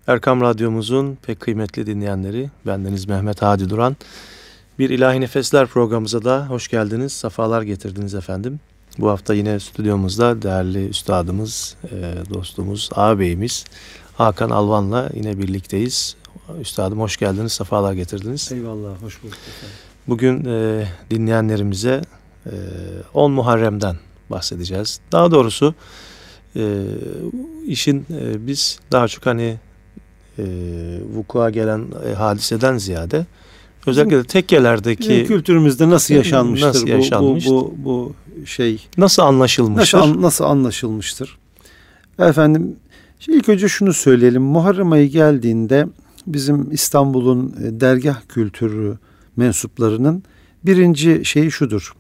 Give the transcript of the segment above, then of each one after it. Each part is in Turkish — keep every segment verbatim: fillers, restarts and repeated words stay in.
Erkam Radyomuzun pek kıymetli dinleyenleri, bendeniz Mehmet Hadi Duran. Bir İlahi Nefesler programımıza da hoş geldiniz, sefalar getirdiniz efendim. Bu hafta yine stüdyomuzda değerli üstadımız, dostumuz, ağabeyimiz Hakan Alvan'la yine birlikteyiz. Üstadım hoş geldiniz, sefalar getirdiniz. Eyvallah, hoş bulduk efendim. Bugün e, dinleyenlerimize e, on Muharrem'den bahsedeceğiz. Daha doğrusu e, işin e, biz daha çok hani e, vukua gelen e, hadiseden ziyade özellikle de tekkelerdeki bizim kültürümüzde nasıl yaşanmıştır, nasıl yaşanmış, bu, bu, bu, bu şey nasıl anlaşılmıştır? Nasıl, nasıl anlaşılmıştır? Efendim, ilk önce şunu söyleyelim. Muharrem ayı geldiğinde bizim İstanbul'un dergah kültürü mensuplarının birinci şeyi şudur: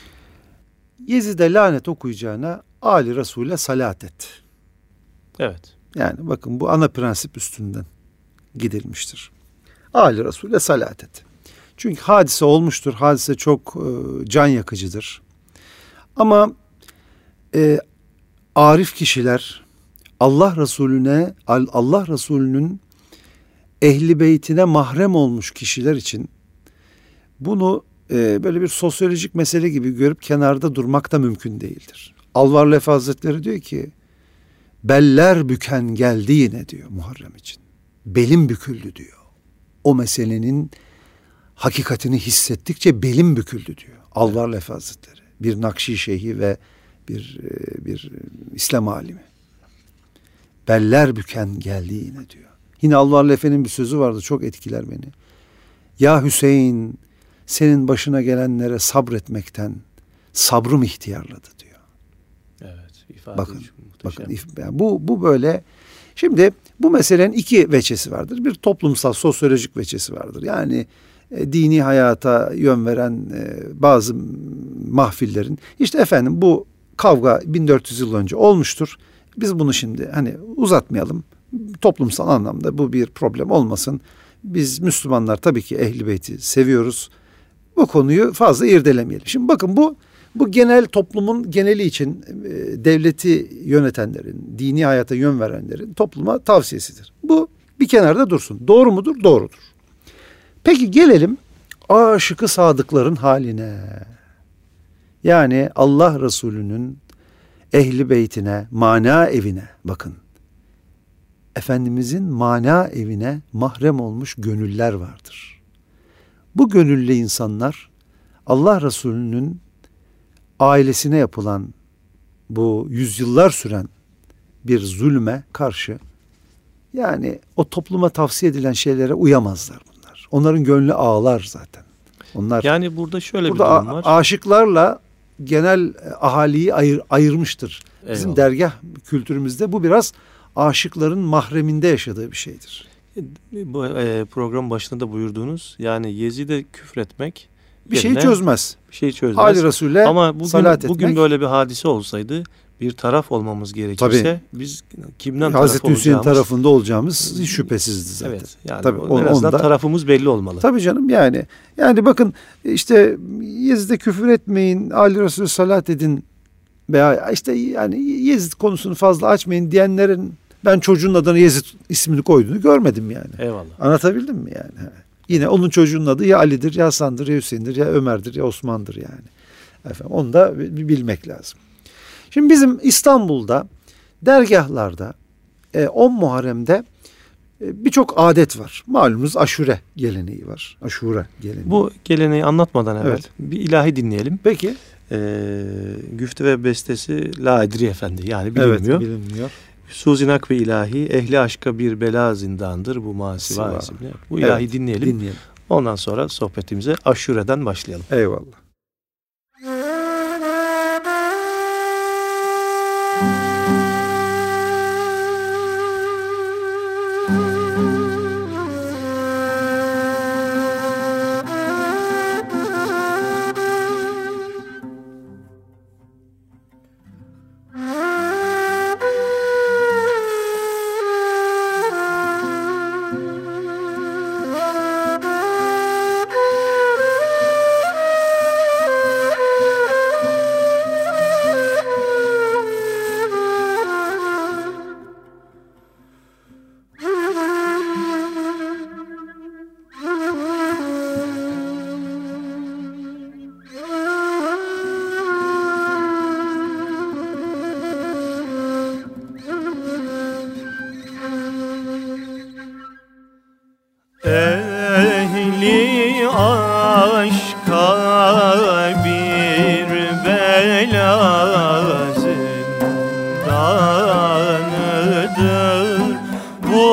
Yezid'e lanet okuyacağına Ali Resul'e salat et. Evet. Yani bakın, bu ana prensip üstünden gidilmiştir. Ali Resul'e salat et. Çünkü hadise olmuştur. Hadise çok e, can yakıcıdır. Ama e, arif kişiler Allah Resulüne, Allah Resulünün ehli beytine mahrem olmuş kişiler için bunu e, böyle bir sosyolojik mesele gibi görüp kenarda durmak da mümkün değildir. Alvar Lefi Hazretleri diyor ki, beller büken geldi yine diyor Muharrem için. Belim büküldü diyor. O meselenin hakikatini hissettikçe belim büküldü diyor Alvar Lefi Hazretleri. Bir Nakşi şeyhi ve bir bir İslam alimi. Beller büken geldi yine diyor. Yine Alvar Lefi'nin bir sözü vardı, çok etkiler beni. Ya Hüseyin, senin başına gelenlere sabretmekten sabrım ihtiyarladı diyor. Evet, ifade bakın, bakın yani bu bu böyle. Şimdi bu meselenin iki veçesi vardır. Bir toplumsal, sosyolojik veçesi vardır. Yani e, dini hayata yön veren e, bazı mahfillerin, işte efendim bu kavga bin dört yüz yıl önce olmuştur. Biz bunu şimdi hani uzatmayalım. Toplumsal anlamda bu bir problem olmasın. Biz Müslümanlar tabii ki Ehl-i Beyt'i seviyoruz. Bu konuyu fazla irdelemeyelim. Şimdi bakın, bu bu genel toplumun geneli için e, devleti yönetenlerin, dini hayata yön verenlerin topluma tavsiyesidir. Bu bir kenarda dursun. Doğru mudur? Doğrudur. Peki gelelim aşıkı sadıkların haline. Yani Allah Resulü'nün Ehl-i Beytine, mana evine bakın. Efendimizin mana evine mahrem olmuş gönüller vardır. Bu gönüllü insanlar Allah Resulü'nün ailesine yapılan bu yüzyıllar süren bir zulme karşı, yani o topluma tavsiye edilen şeylere uyamazlar bunlar. Onların gönlü ağlar zaten. Onlar yani burada şöyle burada bir durum var. Aşıklarla genel ahaliyi ayır, ayırmıştır. Bizim Eyvallah. dergah kültürümüzde bu biraz aşıkların mahreminde yaşadığı bir şeydir. Bu e, program başında da buyurduğunuz, yani Yezid'e küfretmek Bir şeyi çözmez. Bir şeyi çözmez. Ali Resul'e ama bugün, salat etmek. bugün böyle bir hadise olsaydı, bir taraf olmamız gerekirse, tabii, biz kimden taraf Hazreti Hüseyin olacağımız tarafında olacağımız hiç şüphesizdi zaten. Evet, yani tabii, en azından onda, tarafımız belli olmalı. Tabii canım, yani. Yani bakın, işte Yezid'e küfür etmeyin, Ali Resul'e salat edin veya işte yani Yezid konusunu fazla açmayın diyenlerin ben çocuğun adına Yezid ismini koyduğunu görmedim yani. Eyvallah. Anlatabildim mi yani? Yine onun çocuğunun adı ya Ali'dir, ya Hasan'dır, ya Hüseyin'dir, ya Ömer'dir, ya Osman'dır yani. Efendim, onu da bilmek lazım. Şimdi bizim İstanbul'da dergahlarda on Muharrem'de birçok adet var. Malumunuz aşure geleneği var. Aşure geleneği. Bu geleneği anlatmadan evvel evet. bir ilahi dinleyelim. Peki. Ee, güfte ve bestesi La Edri Efendi, yani bilinmiyor. Evet, bilinmiyor. Suzi Nakvi ilahi, ehli aşka bir bela zindandır bu masiva isimli. Bu ilahi evet, dinleyelim. dinleyelim. Ondan sonra sohbetimize Aşure'den başlayalım. Eyvallah.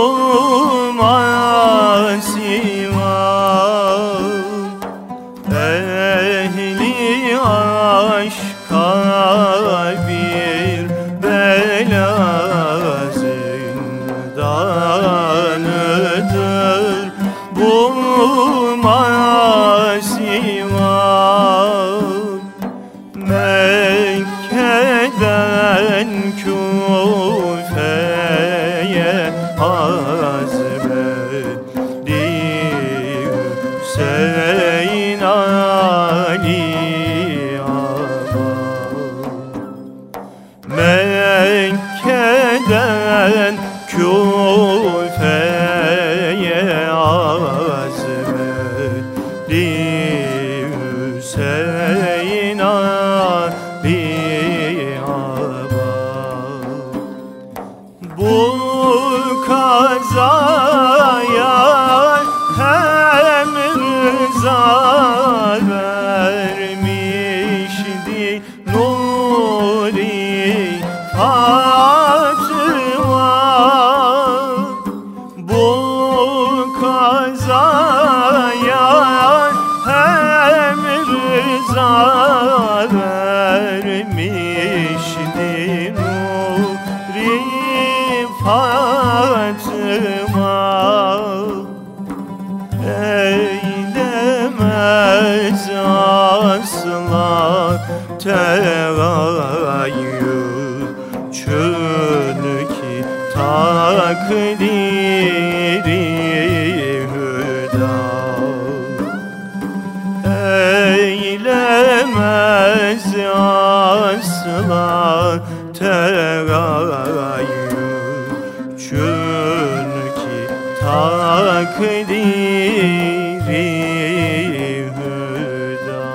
bulması var. Ehli aşka bir bela zindanıdır, bulması var. Mekke'den Küfe'ye azmetti Hüseyin Ali Ağa. Mekke'den Küfe'ye azmetti Hüseyin Ali Ağa. Bu kazaya hem rıza vermişti Nuri Fatıma. Bu kazaya hem rıza vermişti Nuri Fatıma. Eylemez asla tegayyür, çünkü takdiri hüda. Eylemez asla tegayyür, çünkü takdiri hüda.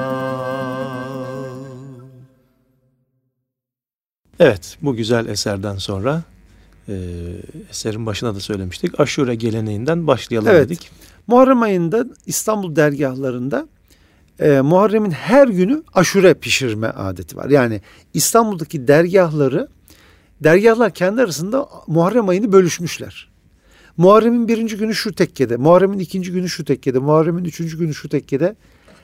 Evet, bu güzel eserden sonra e, eserin başına da söylemiştik. Aşure geleneğinden başlayalım Evet. dedik. Muharrem ayında İstanbul dergahlarında e, Muharrem'in her günü aşure pişirme adeti var. Yani İstanbul'daki dergahları, dergahlar kendi arasında Muharrem ayını bölüşmüşler. Muharrem'in birinci günü şu tekkede, Muharrem'in ikinci günü şu tekkede, Muharrem'in üçüncü günü şu tekkede.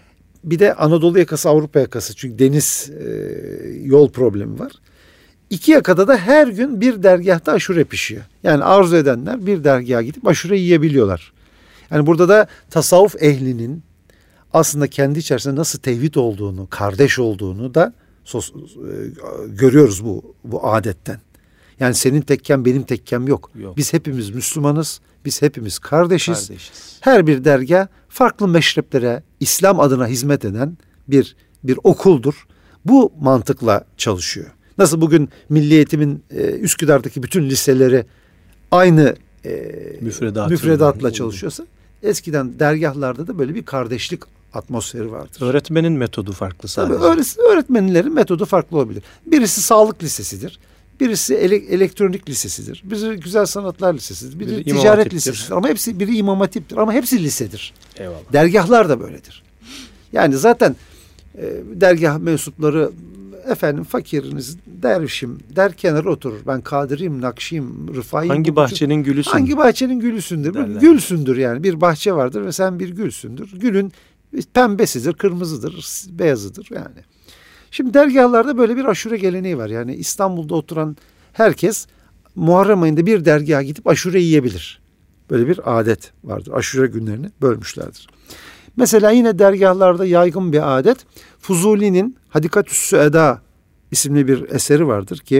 Bir de Anadolu yakası, Avrupa yakası, çünkü deniz e, yol problemi var. İki yakada da her gün bir dergahta aşure pişiyor. Yani arzu edenler bir dergaha gidip aşure yiyebiliyorlar. Yani burada da tasavvuf ehlinin aslında kendi içerisinde nasıl tevhid olduğunu, kardeş olduğunu da sos, e, görüyoruz bu bu adetten. Yani senin tekken benim tekkem yok. Yok. Biz hepimiz Müslümanız. Biz hepimiz kardeşiz. Kardeşiz. Her bir dergah farklı meşreplere İslam adına hizmet eden bir bir okuldur. Bu mantıkla çalışıyor. Nasıl bugün Milli Eğitim'in e, Üsküdar'daki bütün liseleri aynı e, Müfredatı müfredatla olur. çalışıyorsa, eskiden dergahlarda da böyle bir kardeşlik atmosferi vardır. Öğretmenin metodu farklı sadece. Tabii öğret- öğretmenlerin metodu farklı olabilir. Birisi sağlık lisesidir. Birisi ele- elektronik lisesidir. Birisi güzel sanatlar lisesidir. Biri, Biri İmam ticaret Hatip'tir. lisesidir. Ama hepsi biri İmam Hatip'tir. Ama hepsi lisedir. Eyvallah. Dergahlar da böyledir. Yani zaten e, dergah mensupları, efendim fakiriniz, dervişim der kenara oturur. Ben kadiriyim, nakşiyim, rıfayım. Hangi bahçenin gülüsün? Hangi bahçenin gülüsündür? Bir derler. gülsündür yani. Bir bahçe vardır ve sen bir gülsündür. Gülün pembesidir, kırmızıdır, beyazıdır yani. Şimdi dergahlarda böyle bir aşure geleneği var. Yani İstanbul'da oturan herkes Muharrem ayında bir dergaha gidip aşure yiyebilir. Böyle bir adet vardır. Aşure günlerini bölmüşlerdir. Mesela yine dergahlarda yaygın bir adet, Fuzuli'nin Hadikatü's Süeda isimli bir eseri vardır ki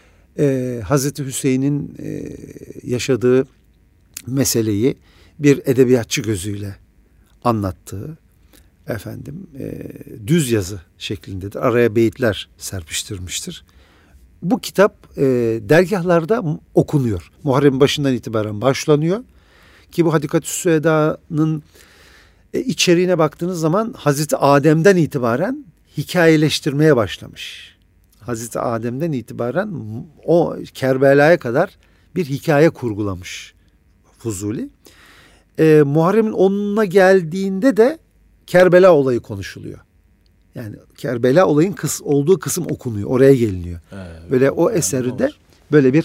e, Hazreti Hüseyin'in e, yaşadığı meseleyi bir edebiyatçı gözüyle anlattığı, efendim e, düz yazı şeklindedir. Araya beyitler serpiştirmiştir. Bu kitap e, dergahlarda okunuyor. Muharrem'in başından itibaren başlanıyor. Ki bu Hadikatü's Süeda'nın e, içeriğine baktığınız zaman Hazreti Adem'den itibaren hikayeleştirmeye başlamış. Hazreti Adem'den itibaren o Kerbela'ya kadar bir hikaye kurgulamış Fuzuli. E, Muharrem'in onuna geldiğinde de Kerbela olayı konuşuluyor. Yani Kerbela olayın kıs, olduğu kısım okunuyor. Oraya geliniyor. Evet, böyle o yani eseri de olur. böyle bir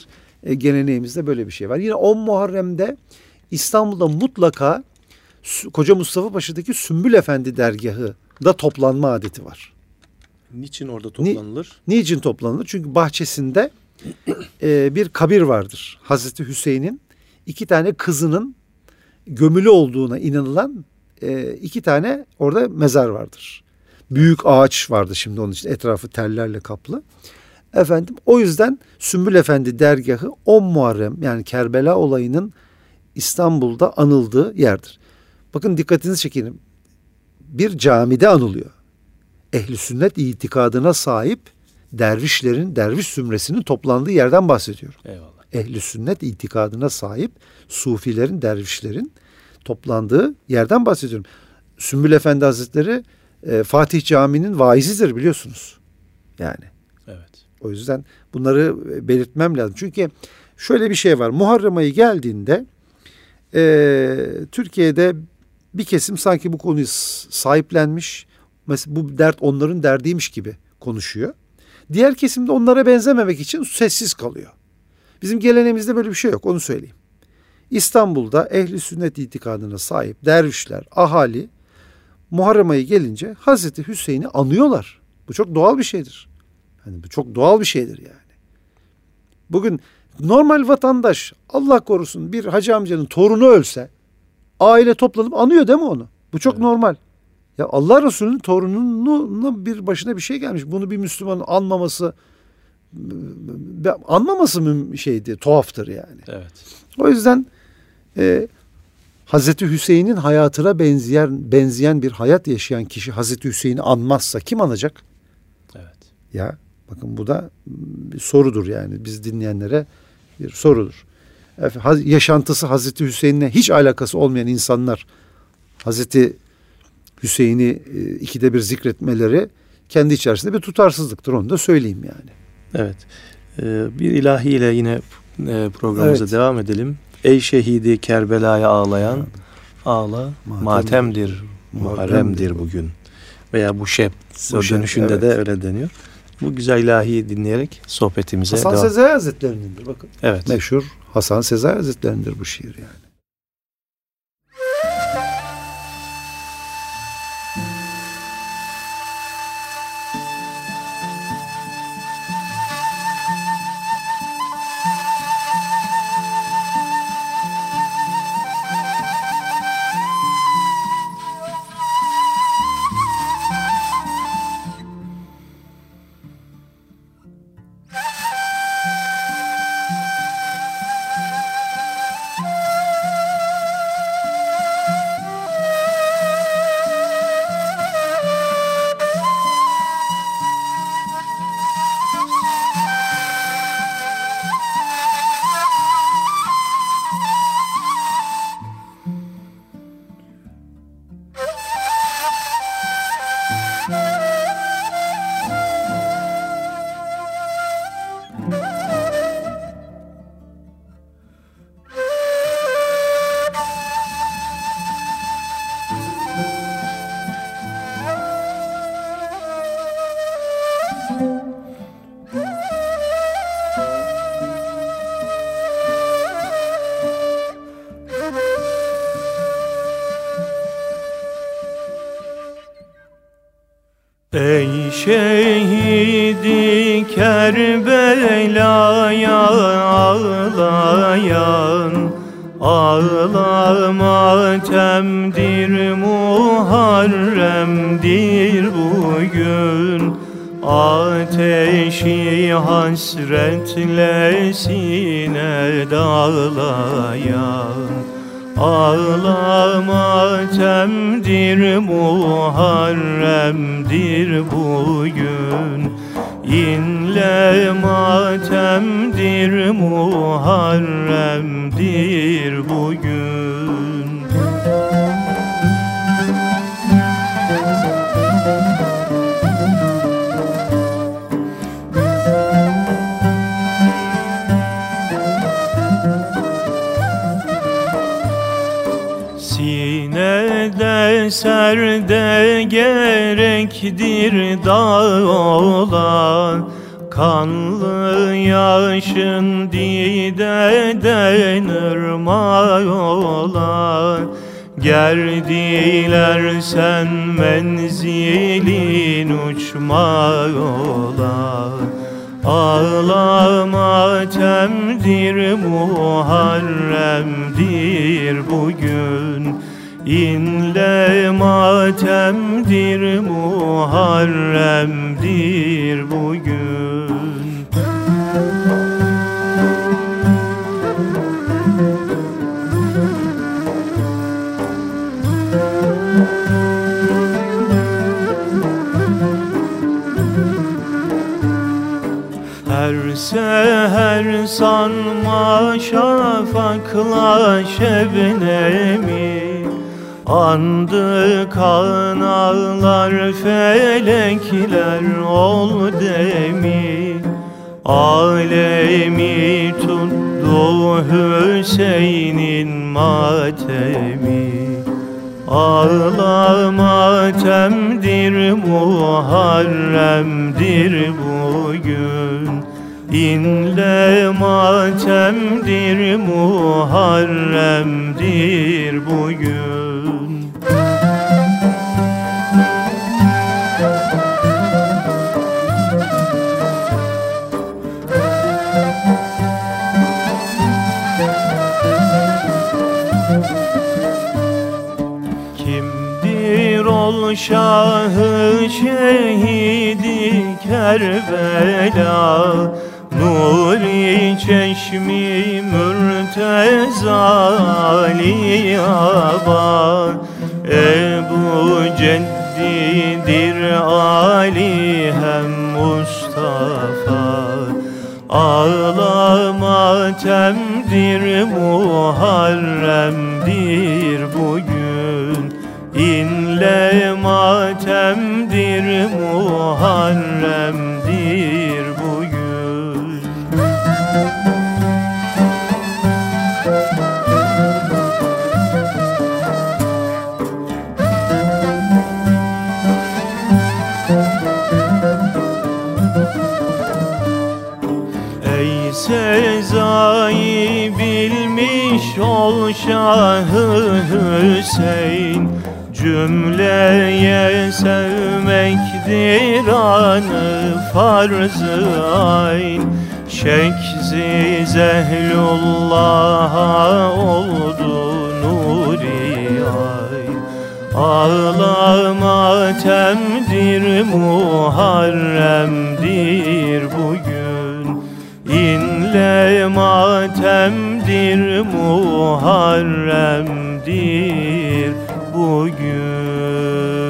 e, geleneğimizde böyle bir şey var. Yine on Muharrem'de İstanbul'da mutlaka Koca Mustafa Paşa'daki Sümbül Efendi dergahı da toplanma adeti var. Niçin orada toplanılır? Ni, niçin toplanılır? Çünkü bahçesinde e, bir kabir vardır. Hazreti Hüseyin'in iki tane kızının gömülü olduğuna inanılan e, iki tane orada mezar vardır. Büyük ağaç vardı şimdi onun için, etrafı tellerle kaplı. Efendim, o yüzden Sümbül Efendi dergahı on Muharrem, yani Kerbela olayının İstanbul'da anıldığı yerdir. Bakın, dikkatinizi çekelim. Bir camide anılıyor. Ehli sünnet itikadına sahip dervişlerin, derviş zümresinin toplandığı yerden bahsediyorum. Eyvallah. Ehli sünnet itikadına sahip sufilerin, dervişlerin toplandığı yerden bahsediyorum. Sümbül Efendi Hazretleri e, Fatih Camii'nin vaizidir, biliyorsunuz. Yani. Evet. O yüzden bunları belirtmem lazım. Çünkü şöyle bir şey var. Muharrem ayı geldiğinde e, Türkiye'de bir kesim sanki bu konuyu sahiplenmiş. Mesela bu dert onların derdiymiş gibi konuşuyor. Diğer kesim de onlara benzememek için sessiz kalıyor. Bizim geleneğimizde böyle bir şey yok, onu söyleyeyim. İstanbul'da ehli sünnet itikadına sahip dervişler, ahali Muharrem ayı gelince Hazreti Hüseyin'i anıyorlar. Bu çok doğal bir şeydir. Yani bu çok doğal bir şeydir yani. Bugün normal vatandaş, Allah korusun, bir hacı amcanın torunu ölse aile toplanıp anıyor değil mi onu? Bu çok evet. normal. Ya Allah Resulü'nün torununa bir başına bir şey gelmiş. Bunu bir Müslümanın anmaması anmaması mı şeydi, tuhaftır yani. Evet. O yüzden e, Hazreti Hüseyin'in hayatına benzeyen benzeyen bir hayat yaşayan kişi Hazreti Hüseyin'i anmazsa kim anacak? Evet. Ya bakın, bu da bir sorudur yani, biz dinleyenlere bir sorudur. Yaşantısı Hazreti Hüseyin'le hiç alakası olmayan insanlar Hazreti Hüseyin'i ikide bir zikretmeleri kendi içerisinde bir tutarsızlıktır, onu da söyleyeyim yani. Evet. Ee, bir ilahiyle yine e, programımıza evet. devam edelim. Ey şehidi Kerbela'ya ağlayan, ağla matemdir, muharremdir bugün. Veya bu şep, bu şep dönüşünde evet. de öyle deniyor. Bu güzel ilahiyi dinleyerek sohbetimize Hasan devam. Sezai Hazretleri'nindir bakın. Evet. Meşhur Hasan Sezai Hazretleri'nindir bu şiir yani. Ey şehidi Kerbela'ya ağlayan, ağla matemdir, muharremdir bugün. Ateşi hasretle sine dağlayan, ağla matemdir, muharremdir bugün. İnle matemdir, muharremdir bugün. Sinede serde gerektir dağ olan, Kanlı yaşın dideden ırmak ola, gerdiler sen menzilin uçmak ola. Ağla matemdir Muharrem'dir bugün, İnle matemdir Muharrem'dir bugün. Her seher sanma şafakla şebnemi, andı kan ağlar felekler ol demi. Alemi tuttu Hüseyin'in matemi, ağla matemdir Muharrem'dir bugün, İnle matemdir Muharrem'dir bugün. Kimdir ol şahı şehidi Kerbela, Nuri çeşmi mürtezali aba, Ebu Ceddidir Ali hem Mustafa. Ağla matemdir Muharrem'dir bugün, İnle matemdir Muharrem'dir bugün. Ey sezayı bilmiş ol Şah-ı Hüseyin, cümleye sevmekdir anı farz-ı ayn. Şeksiz ehlullah'a oldu nuri ayn. Ağla matemdir Muharrem'dir bugün, İnle matemdir Muharrem'dir bugün.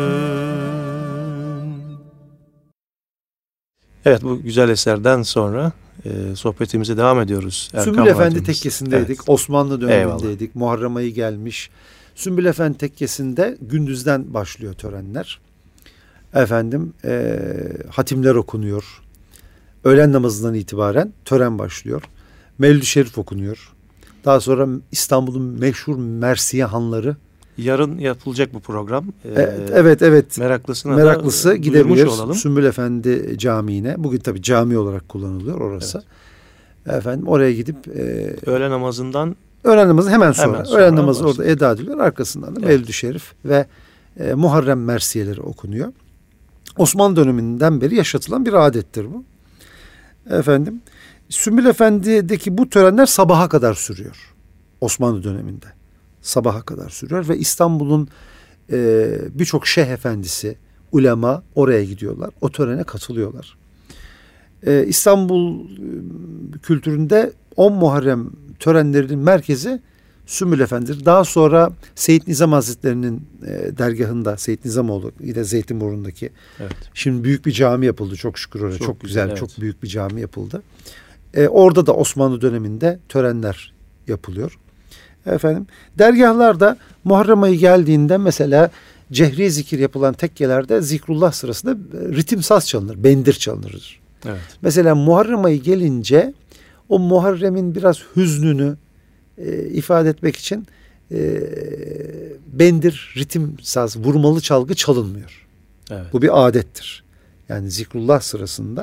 Evet, bu güzel eserden sonra e, sohbetimize devam ediyoruz. Erkam Sümbül Efendi Radyomuz. tekkesindeydik. Evet. Osmanlı dönemindeydik. Eyvallah. Muharrem ayı gelmiş. Sümbül Efendi tekkesinde gündüzden başlıyor törenler. Efendim e, hatimler okunuyor. Öğlen namazından itibaren tören başlıyor. Mevlid-i Şerif okunuyor. Daha sonra İstanbul'un meşhur Mersiye hanları. Yarın yapılacak bu program. Ee, Evet, evet, evet. Meraklısına Meraklısı da gidebilir olalım. Sümbül Efendi Camii'ne. Bugün tabii cami olarak kullanılıyor orası. Evet. Efendim oraya gidip e, Öğle namazından öğlen namazı hemen sonra. Hemen sonra öğlen namazı başlıyor. orada eda ediliyor. Arkasından da Evet. Mevlid-i Şerif ve e, Muharrem Mersiyeleri okunuyor. Osmanlı döneminden beri yaşatılan bir adettir bu. Efendim Sümbül Efendi'deki bu törenler sabaha kadar sürüyor. Osmanlı döneminde. Sabaha kadar sürüyor ve İstanbul'un e, birçok şeyh efendisi, ulema oraya gidiyorlar. O törene katılıyorlar. E, İstanbul e, kültüründe on Muharrem törenlerinin merkezi Sümbül Efendi'dir. Daha sonra Seyyid Nizam Hazretleri'nin e, dergahında, Seyyid Nizamoğlu yine Zeytinburnu'ndaki. evet. Şimdi büyük bir cami yapıldı çok şükür oraya. Çok Çok, güzel, güzel, evet. çok büyük bir cami yapıldı. E, orada da Osmanlı döneminde törenler yapılıyor. Efendim dergahlarda Muharrem ayı geldiğinde mesela cehri zikir yapılan tekkelerde zikrullah sırasında ritim saz çalınır, bendir çalınır. Evet. Mesela Muharrem ayı gelince o Muharrem'in biraz hüznünü e, ifade etmek için e, bendir, ritim saz, vurmalı çalgı çalınmıyor. Evet. Bu bir adettir. Yani zikrullah sırasında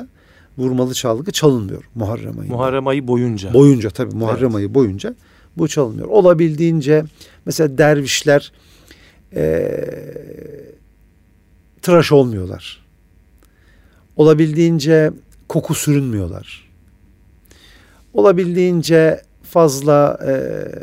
vurmalı çalgı çalınmıyor Muharrem ayında. Muharrem ayı boyunca. Boyunca tabii Muharrem Evet. ayı boyunca bu çalınmıyor. Olabildiğince mesela dervişler ee, tıraş olmuyorlar. Olabildiğince koku sürünmüyorlar. Olabildiğince fazla e,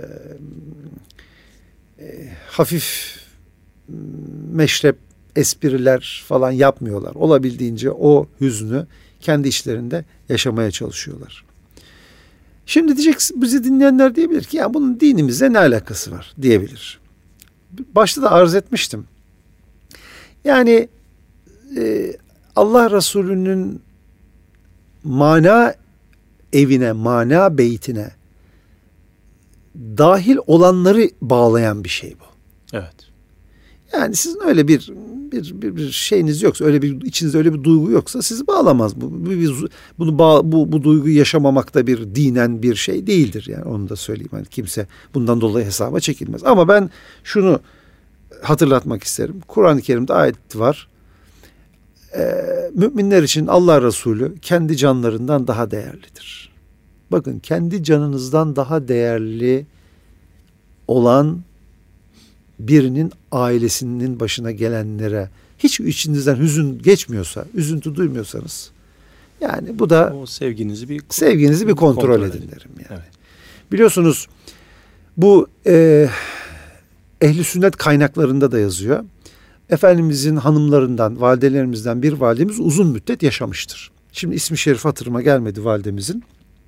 e, hafif meşrep espriler falan yapmıyorlar. Olabildiğince o hüznü kendi içlerinde yaşamaya çalışıyorlar. Şimdi diyeceksin, bizi dinleyenler diyebilir ki ya bunun dinimizle ne alakası var diyebilir. Başta da arz etmiştim. Yani e, Allah Resulü'nün mana evine, mana beytine dahil olanları bağlayan bir şey bu. Evet. Yani sizin öyle bir bir, bir, bir şeyiniz yoksa, öyle bir içinizde öyle bir duygu yoksa sizi bağlamaz. Bu, bu, bu, bunu bağ, bu, bu duyguyu yaşamamak da bir dinen bir şey değildir. Yani onu da söyleyeyim. Yani kimse bundan dolayı hesaba çekilmez. Ama ben şunu hatırlatmak isterim. Kur'an-ı Kerim'de ayet var. Ee, müminler için Allah Resulü kendi canlarından daha değerlidir. Bakın, kendi canınızdan daha değerli olan birinin ailesinin başına gelenlere hiç içinizden hüzün geçmiyorsa, üzüntü duymuyorsanız, yani bu da O sevginizi bir sevginizi bir kontrol, kontrol edin edin. derim yani. Evet. Biliyorsunuz bu e, ehli sünnet kaynaklarında da yazıyor. Efendimizin hanımlarından, validelerimizden bir validemiz uzun müddet yaşamıştır. Şimdi ismi şerif hatırıma gelmedi validemizin.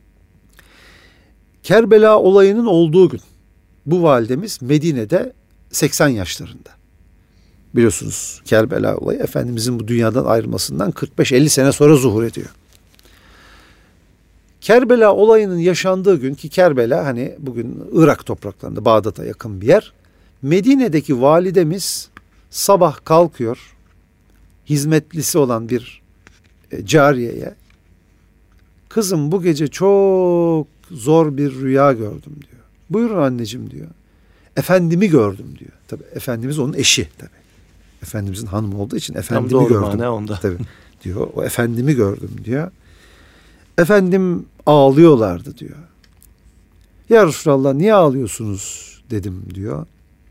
Kerbela olayının olduğu gün bu validemiz Medine'de seksen yaşlarında. Biliyorsunuz Kerbela olayı Efendimizin bu dünyadan ayrılmasından kırk beş elli sene sonra zuhur ediyor. Kerbela olayının yaşandığı gün, ki Kerbela hani bugün Irak topraklarında, Bağdat'a yakın bir yer. Medine'deki validemiz sabah kalkıyor, hizmetlisi olan bir e, cariyeye, kızım bu gece çok zor bir rüya gördüm diyor. Buyurun anneciğim diyor. Efendimi gördüm diyor. Tabii Efendimiz onun eşi tabii. Efendimizin hanımı olduğu için efendimi Tam doğru gördüm. mana onda. Tabii diyor. O efendimi gördüm diyor. Efendim ağlıyorlardı diyor. Ya Resulallah niye ağlıyorsunuz dedim diyor.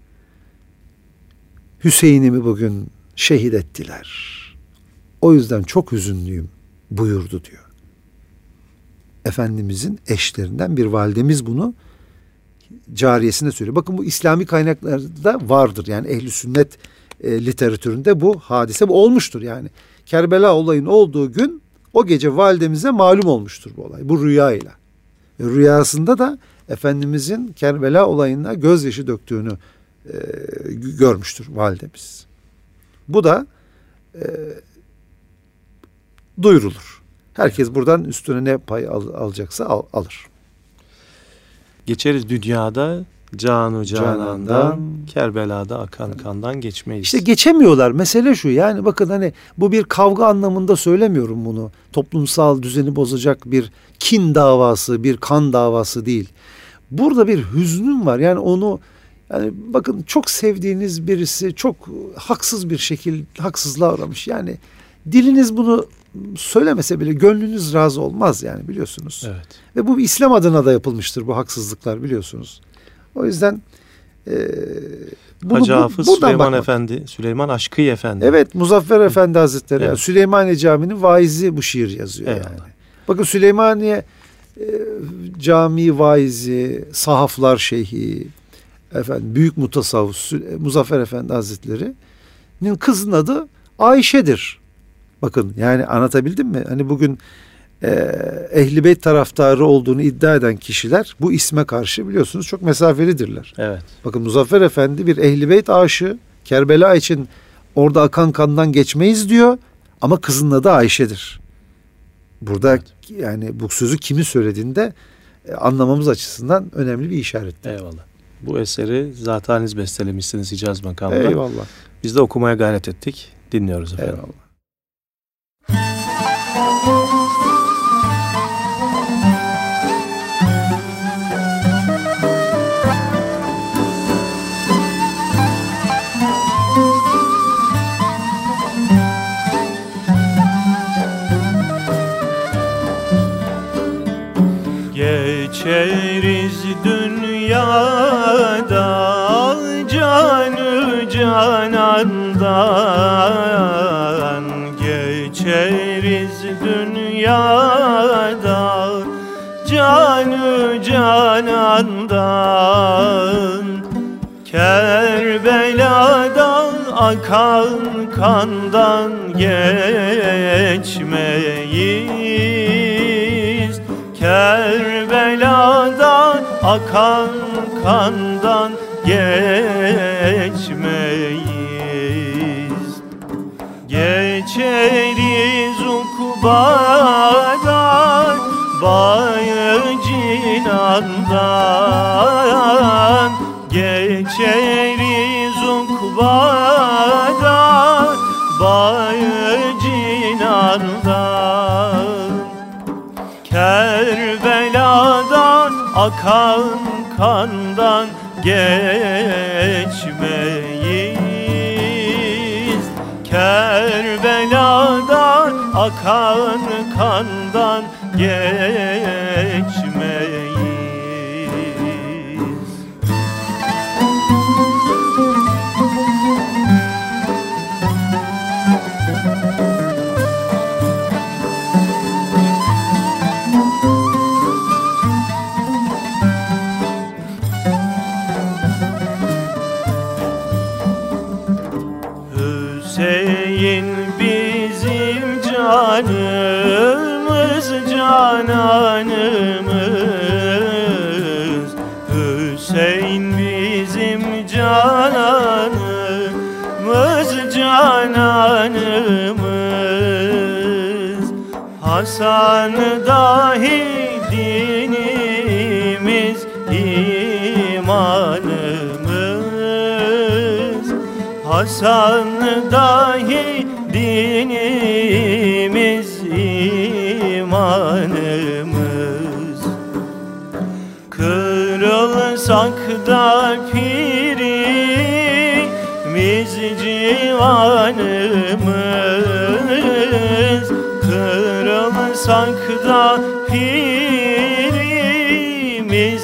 Hüseyin'imi bugün şehit ettiler. O yüzden çok hüzünlüyüm buyurdu diyor. Efendimizin eşlerinden bir validemiz bunu cariyesine söylüyor. Bakın bu İslami kaynaklarda vardır. Yani ehli sünnet e, literatüründe bu hadise bu olmuştur yani. Kerbela olayın olduğu gün o gece validemize malum olmuştur bu olay. Bu rüyayla. E, rüyasında da Efendimizin Kerbela olayında gözyaşı döktüğünü e, görmüştür validemiz. Bu da e, duyurulur. Herkes buradan üstüne ne pay al, alacaksa al, alır. Geçeriz dünyada Canu Canan'dan, Canan'dan, Kerbela'da akan kandan geçmeyiz. İşte geçemiyorlar. Mesele şu. Yani bakın hani bu bir kavga anlamında söylemiyorum bunu. Toplumsal düzeni bozacak bir kin davası, bir kan davası değil. Burada bir hüznüm var. Yani onu yani bakın çok sevdiğiniz birisi çok haksız bir şekilde haksızlığa uğramış. Yani diliniz bunu söylemese bile gönlünüz razı olmaz yani biliyorsunuz. Evet. Ve bu İslam adına da yapılmıştır bu haksızlıklar biliyorsunuz. O yüzden e, bunu, Hacı bu, Hafız buradan Süleyman bakmak. Efendi, Süleyman Aşkı Efendi. Evet, Muzaffer Efendi Hazretleri. Evet. Yani Süleymaniye Camii'nin vaizi bu şiir yazıyor Eyvallah. yani. Bakın Süleymaniye e, Camii vaizi, sahaflar şeyhi, efendim büyük mutasavvuf Sü- Muzaffer Efendi Hazretleri'nin kızının adı Ayşe'dir. Bakın yani anlatabildim mi? Hani bugün e, Ehl-i Beyt taraftarı olduğunu iddia eden kişiler bu isme karşı biliyorsunuz çok mesafelidirler. Evet. Bakın Muzaffer Efendi bir Ehl-i Beyt aşığı, Kerbela için orada akan kandan geçmeyiz diyor ama kızının adı Ayşe'dir. Burada Evet. yani bu sözü kimin söylediğinde e, anlamamız açısından önemli bir işarettir. Eyvallah. Bu eseri zaten haliniz bestelemişsiniz Hicaz makamında. Eyvallah. Biz de okumaya gayret ettik. Dinliyoruz efendim. Eyvallah. dünyada canı canandan, geçeriz dünyada canı canandan. Kerbela'da akan kandan geçmeyiz. Kerbela'da akan kandan geçmeyiz. Geçeriz ukbadan, bayı cinandan. Geçeriz ukbadan, bayı cinandan. Kerbela'dan akan kandan geçmeyiz. Kerbela'dan akan kandan geçmeyiz. Hüseyin bizim canımız, cananımız. Hüseyin bizim cananımız, cananımız. Hasan dahi dinimiz, imanımız. Hasan dahi dinimiz, imanımız. Kırılsak da pirimiz, civanımız. Kırılsak da pirimiz,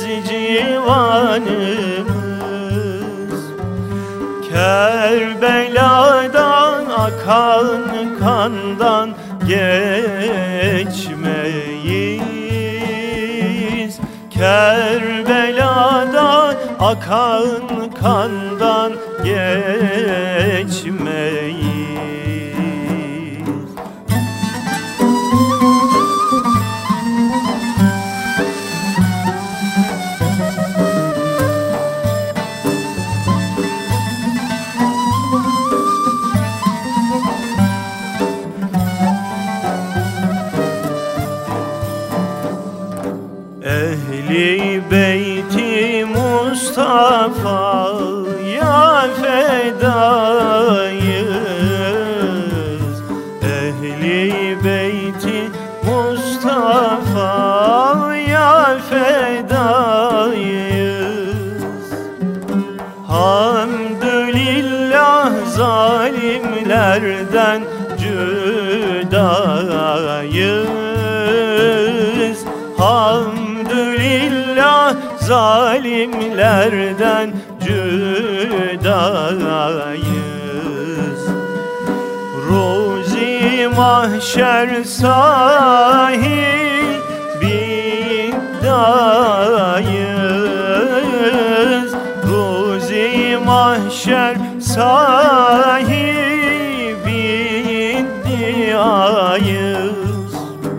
civanımız. Kerbela'dan akan kandan geçmeyiz. Kerbela'dan akan kandan geçmeyiz. Ehli beyti Mustafa'ya fedayız. Ehli beyti Mustafa'ya fedayız. Hamdülillah zalimlerden cüdayız. Hamdülillah zalimlerden cüdayız. Ruzi mahşer sahibindayız. Ruzi mahşer sahibindayız.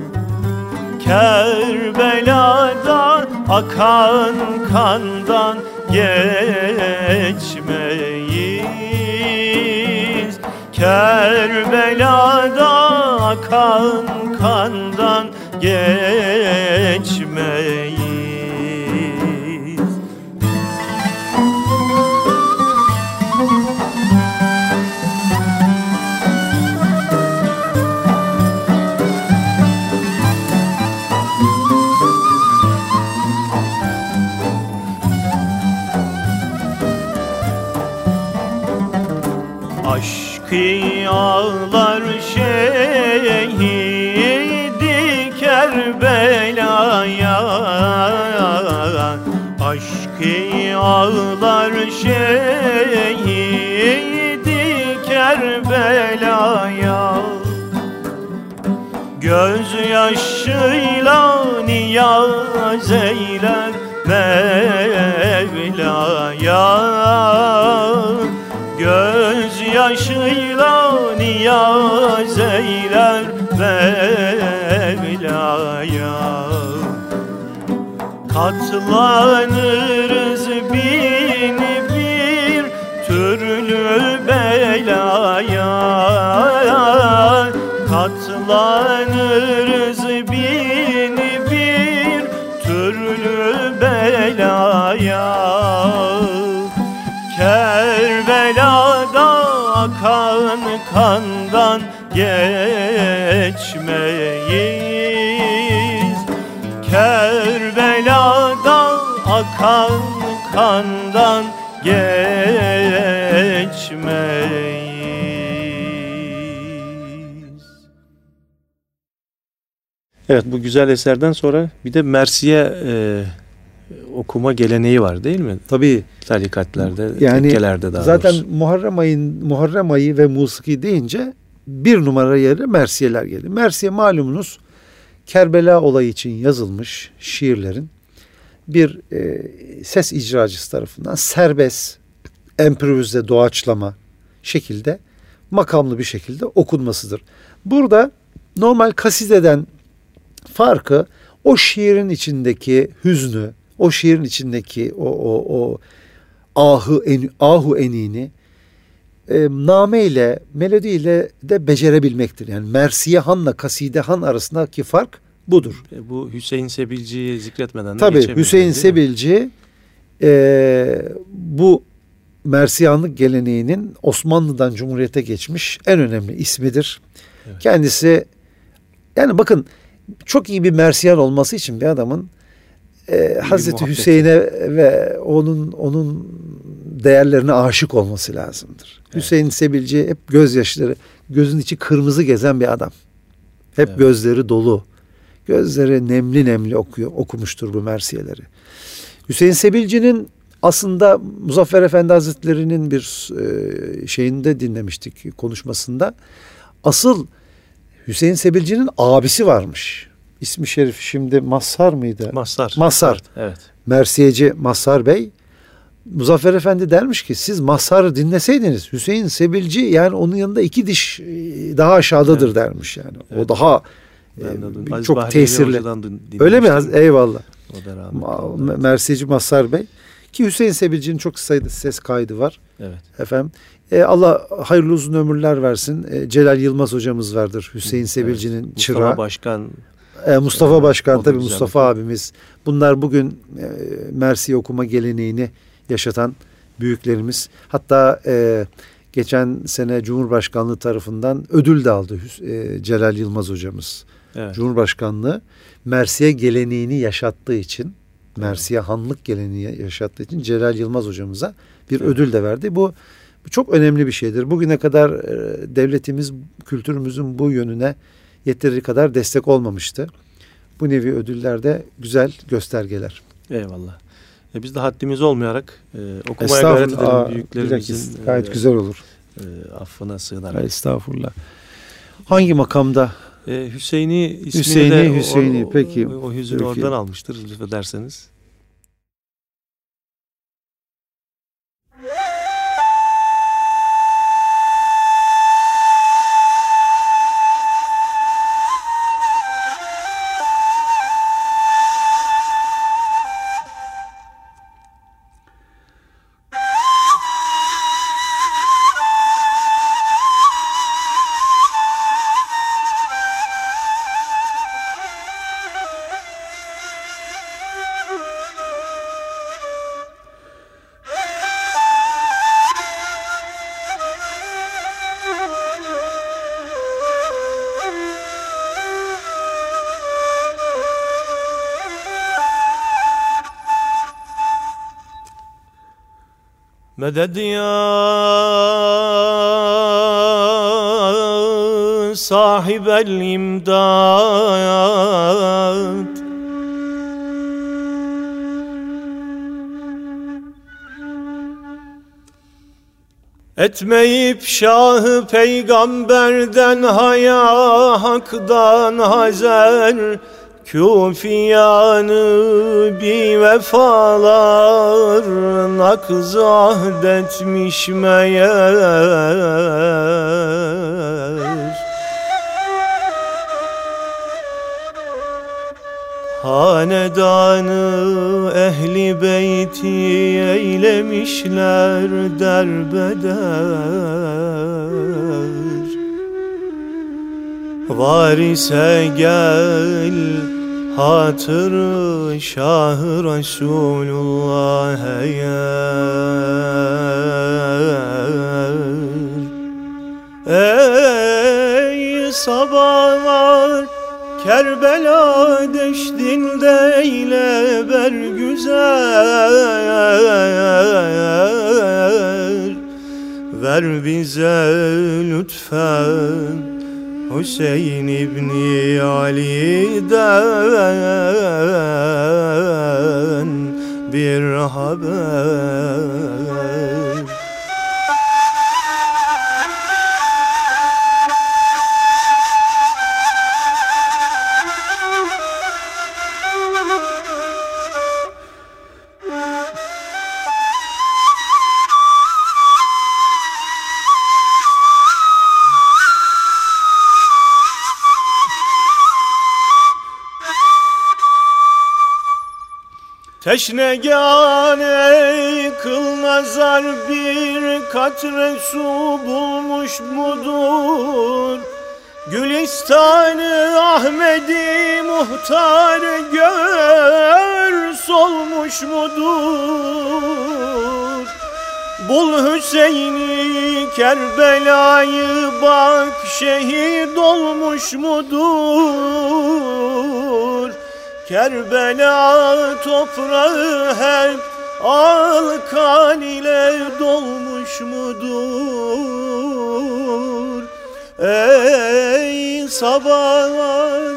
Kerbela'dan akan kandan geçmeyiz. Kerbela'dan akan kandan geçmeyiz. Aşkı ağlar şehidi Kerbela'ya. şehidi Kerbela'ya. Gözyaşıyla niyaz eyler Mevla'ya. Gözyaşıyla niyaz eyler Mevla'ya. Katlanırız bin bir türlü belaya. Katlanırız bin bir türlü belaya. Kerbela'da akan kandan geçmeyiz. Kerbela'da akan kandan geçmeyiz. Evet, bu güzel eserden sonra bir de Mersiye e, okuma geleneği var değil mi? Tabii. Tarikatlerde, Yani tekkelerde daha zaten doğrusu. Muharrem ayın Muharrem ayı ve musiki deyince bir numara yere Mersiyeler geliyor. Mersiye malumunuz Kerbela olayı için yazılmış şiirlerin bir e, ses icracısı tarafından serbest, improvize, doğaçlama şekilde makamlı bir şekilde okunmasıdır. Burada normal kasideden farkı o şiirin içindeki hüznü, o şiirin içindeki o o o ahı en, ahu enini e, nameyle, melodiyle de becerebilmektir. Yani Mersiye Han'la Kaside Han arasındaki fark budur. E, bu Hüseyin Sebilci'yi zikretmeden de Tabii geçemiyoruz, Hüseyin değil mi? Sebilci e, bu Mersiyanlık geleneğinin Osmanlı'dan Cumhuriyet'e geçmiş en önemli ismidir. Evet. Kendisi, yani bakın, çok iyi bir Mersiyan olması için bir adamın e, Hazreti muhabbeti. Hüseyin'e ve onun onun değerlerine aşık olması lazımdır. Evet. Hüseyin Sebilci hep gözyaşları, gözün içi kırmızı gezen bir adam. Hep Evet. gözleri dolu. Gözleri nemli nemli okuyor, okumuştur bu mersiyeleri. Hüseyin Sebilci'nin aslında Muzaffer Efendi Hazretleri'nin bir e, şeyinde dinlemiştik, konuşmasında. Asıl Hüseyin Sebilci'nin abisi varmış. İsmi şerif şimdi Mazhar mıydı? Mazhar. Mazhar. Evet. Mersiyeci Mazhar Bey. Muzaffer Efendi dermiş ki siz Mazhar'ı dinleseydiniz Hüseyin Sebilci yani onun yanında iki diş daha aşağıdadır Evet. dermiş yani. Evet. O daha Ben de e, Aziz çok Bahriyeli tesirli. Hoca'dan din- Öyle mi? dinlemiştim. Eyvallah. O da rahmetli Ma- oldu. Mersiyeci Mazhar Bey. Ki Hüseyin Sebilci'nin çok sayıda ses kaydı var. Evet. Efendim. E, Allah hayırlı uzun ömürler versin. E, Celal Yılmaz hocamız vardır. Hüseyin Sebilci'nin Evet. çırağı. Mustafa Başkan. E, Mustafa Evet, Başkan o da tabii güzel Mustafa okuyor. abimiz. Bunlar bugün e, Mersiye okuma geleneğini yaşatan büyüklerimiz. Hatta e, geçen sene Cumhurbaşkanlığı tarafından ödül de aldı e, Celal Yılmaz hocamız. Evet. Cumhurbaşkanlığı Mersiye geleneğini yaşattığı için, Mersiye Hanlık geleneğini yaşattığı için Celal Yılmaz hocamıza bir Evet. ödül de verdi. Bu, bu çok önemli bir şeydir. Bugüne kadar e, devletimiz kültürümüzün bu yönüne yeteri kadar destek olmamıştı. Bu nevi ödüller de güzel göstergeler. Eyvallah. E, biz de haddimiz olmayarak e, okumaya Estağfurullah. gayret edelim Aa, büyüklerimizin bilakis gayet e, güzel olur. e, affına sığınarak. Estağfurullah. Hangi makamda? E, Hüseyin'i ismini Hüseyin'i, de o- Hüseyin'i, o, peki. o, o hüzünü Peki. oradan almıştır lütfederseniz. Meded ya sahibel imdad, Etmeyip şahı peygamberden haya, haktan hazer, küfiyanı bir vefalar, nakz ahdetmiş meğer. Hanedanı ehli beyti eylemişler derbeder. Varise gel hatırı Şah-ı Resulullah eğer. Ey sabahlar Kerbela deştinde eyle bergüzar. Ver bize lütfen Hüseyin İbni Ali'den bir haber. Teşnegan ey kıl nazar bir katre su bulmuş mudur? Gülistanı Ahmedi muhtar gör solmuş mudur? Bul Hüseyin'i Kerbela'yı bak şehit olmuş mudur? Kerbela toprağı hep al kan ile dolmuş mudur? Ey sabahlar,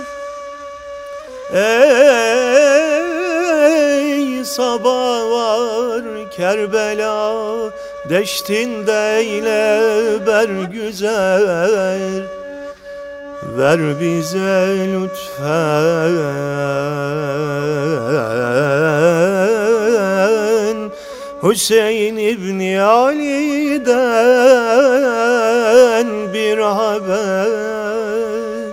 ey sabahlar Kerbela deştinde ile bergüzar. Ver bize lütfen Hüseyin İbni Ali'den bir haber.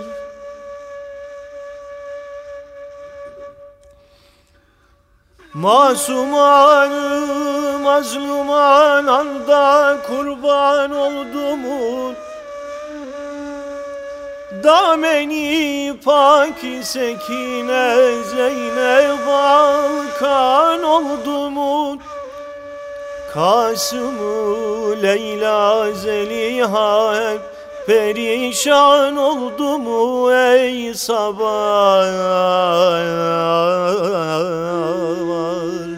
Masumanı mazluman anda kurban oldumun, dameni paki sekine Zeynep Balkan oldu mu? Kasım-ı Leyla Zeliha hep perişan oldu mu? Ey sabahlar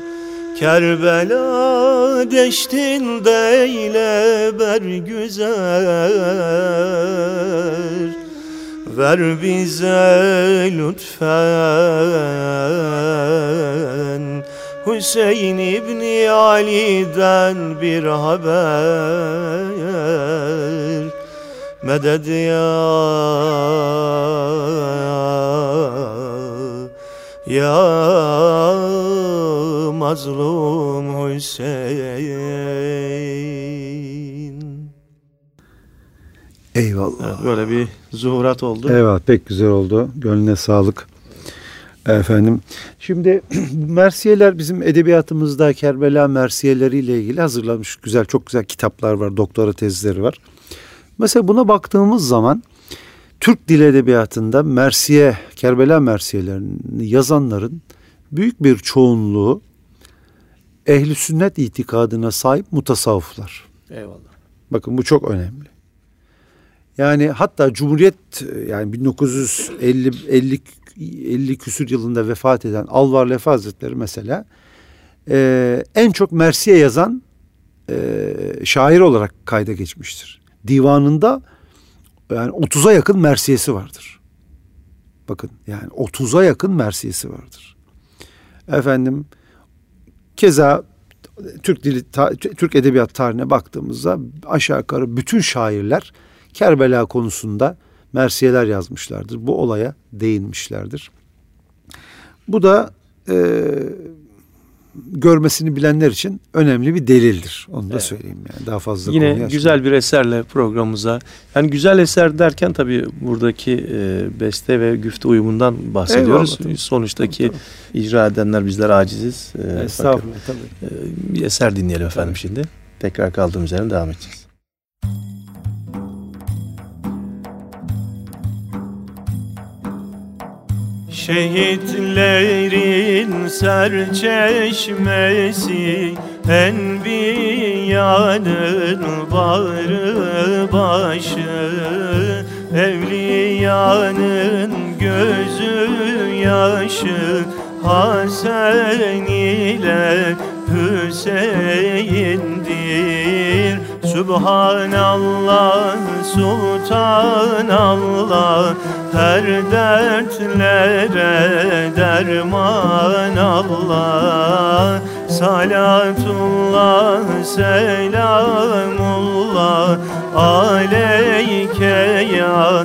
Kerbela deştinde ile bergüzar. Ver bize lütfen Hüseyin İbni Ali'den bir haber. Medet ya ya mazlum Hüseyin. Eyvallah. Evet, böyle bir zuhurat oldu. Evet, pek güzel oldu. Gönlüne sağlık. Efendim. Şimdi mersiyeler bizim edebiyatımızda Kerbela mersiyeleriyle ilgili hazırlanmış güzel, çok güzel kitaplar var. Doktora tezleri var. Mesela buna baktığımız zaman Türk dil edebiyatında mersiye, Kerbela mersiyelerini yazanların büyük bir çoğunluğu ehli sünnet itikadına sahip mutasavvıflar. Eyvallah. Bakın bu çok önemli. Yani hatta Cumhuriyet, yani bin dokuz yüz elli elli elli küsür yılında vefat eden Alvar Lefi Hazretleri mesela e, en çok mersiye yazan e, şair olarak kayda geçmiştir. Divanında yani otuza yakın mersiyesi vardır. Bakın yani otuza yakın mersiyesi vardır. Efendim keza Türk dili, ta, Türk edebiyat tarihine baktığımızda aşağı yukarı bütün şairler Kerbela konusunda mersiyeler yazmışlardır. Bu olaya değinmişlerdir. Bu da e, görmesini bilenler için önemli bir delildir. Onu da evet. söyleyeyim yani. Daha fazla yine konuyu güzel açmayayım. bir eserle programımıza. Yani güzel eser derken tabii buradaki e, beste ve güfte uyumundan bahsediyoruz. Eyvallah, tabii. Sonuçtaki tabii. icra edenler bizler aciziz. E, Estağfurullah tabii. E, bir eser dinleyelim efendim tabii. Şimdi. Tekrar kaldığımız yerden devam edeceğiz. Şehitlerin serçeşmesi, Enbiyanın bağrı başı, Evliyanın gözü yaşı, Hasan ile Hüseyin'dir. Subhanallah, Sultanallah, her dertlere derman Allah. Salatullah, selamullah aleyke ya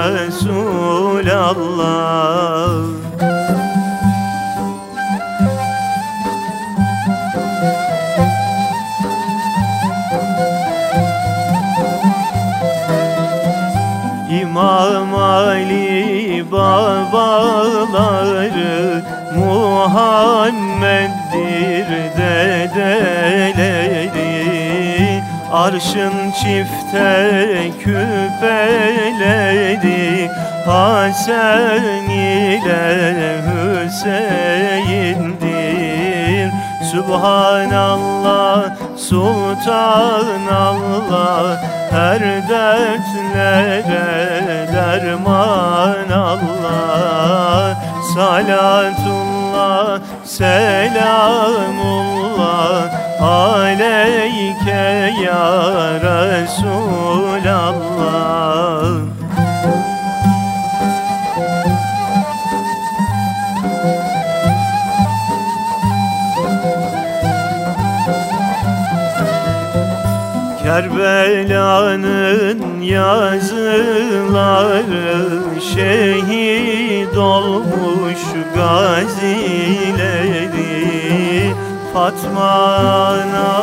Resulallah. İmam Ali babaları, Muhammed'dir dedeleri. Arşın çifte küpeleri, Hasan ile Hüseyin'dir. Subhanallah, Sultanallah, her dertlere derman Allah. Salatullah, selamullah aleyke ya Resulallah. Kerbela'nın yazıları, şehit olmuş gazileri. Fatma ana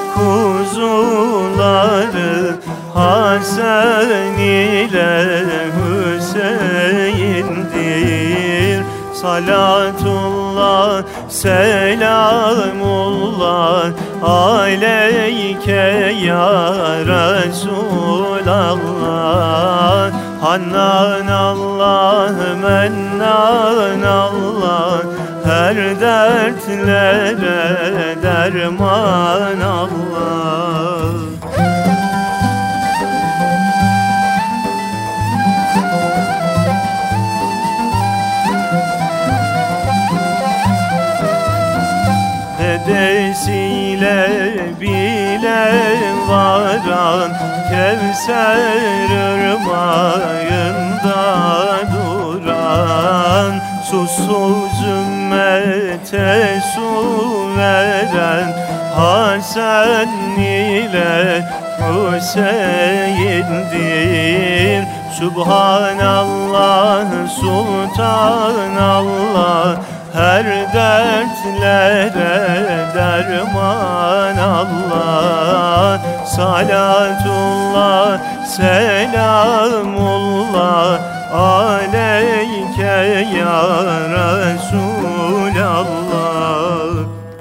kuzuları, Hasan ile Hüseyin'dir. Salatullah, selamullah aleyke ya Resulallah. Hannan Allah, mennan Allah, her dertlere derman Allah. Dedesiyle bile varan, Kevser ırmağında duran, susuz ümmete su veren, Hasan ile Hüseyin'dir. Subhanallah, Sultanallah, her dertlere derman Allah. Salatullah, selamullah aleyke ya Resulallah.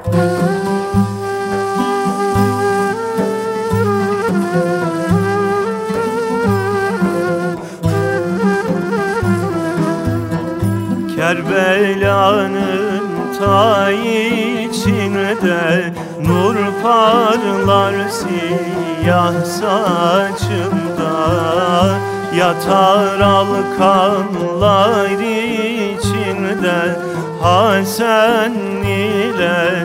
Kerbela'nın ta içinde nur parlar siyah saçında. Yatar alkanlar içinde, Hasan ile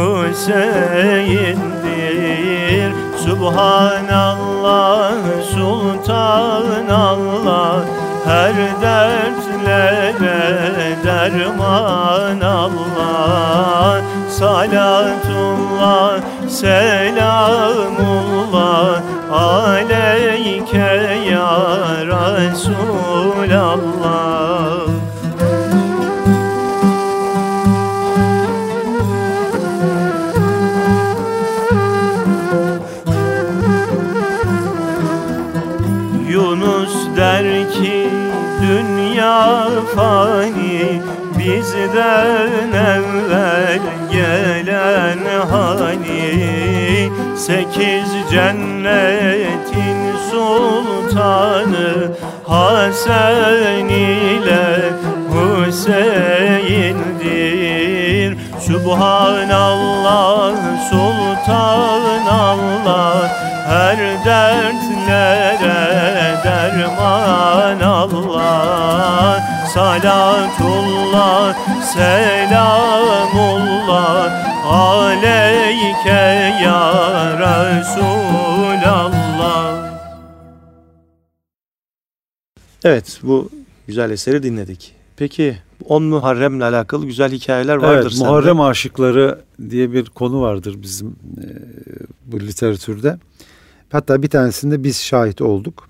Hüseyin'dir. Subhanallah, Sultanallah, her dertlere derman Allah. Salatullah, selamullah aleyke ya Resulallah. Yunus der ki dünya fani, bizden evvel gelen hani, sekiz cennetin sultanı Hasan ile Hüseyin'dir. Subhanallah, Sultanallah, her dertlere derman Allah. Salatullah, selamullah aleyke ya Resulallah. Evet, bu güzel eseri dinledik. Peki on Muharrem'le alakalı güzel hikayeler vardır evet, sende. Muharrem aşıkları diye bir konu vardır bizim e, bu literatürde. Hatta bir tanesinde biz şahit olduk.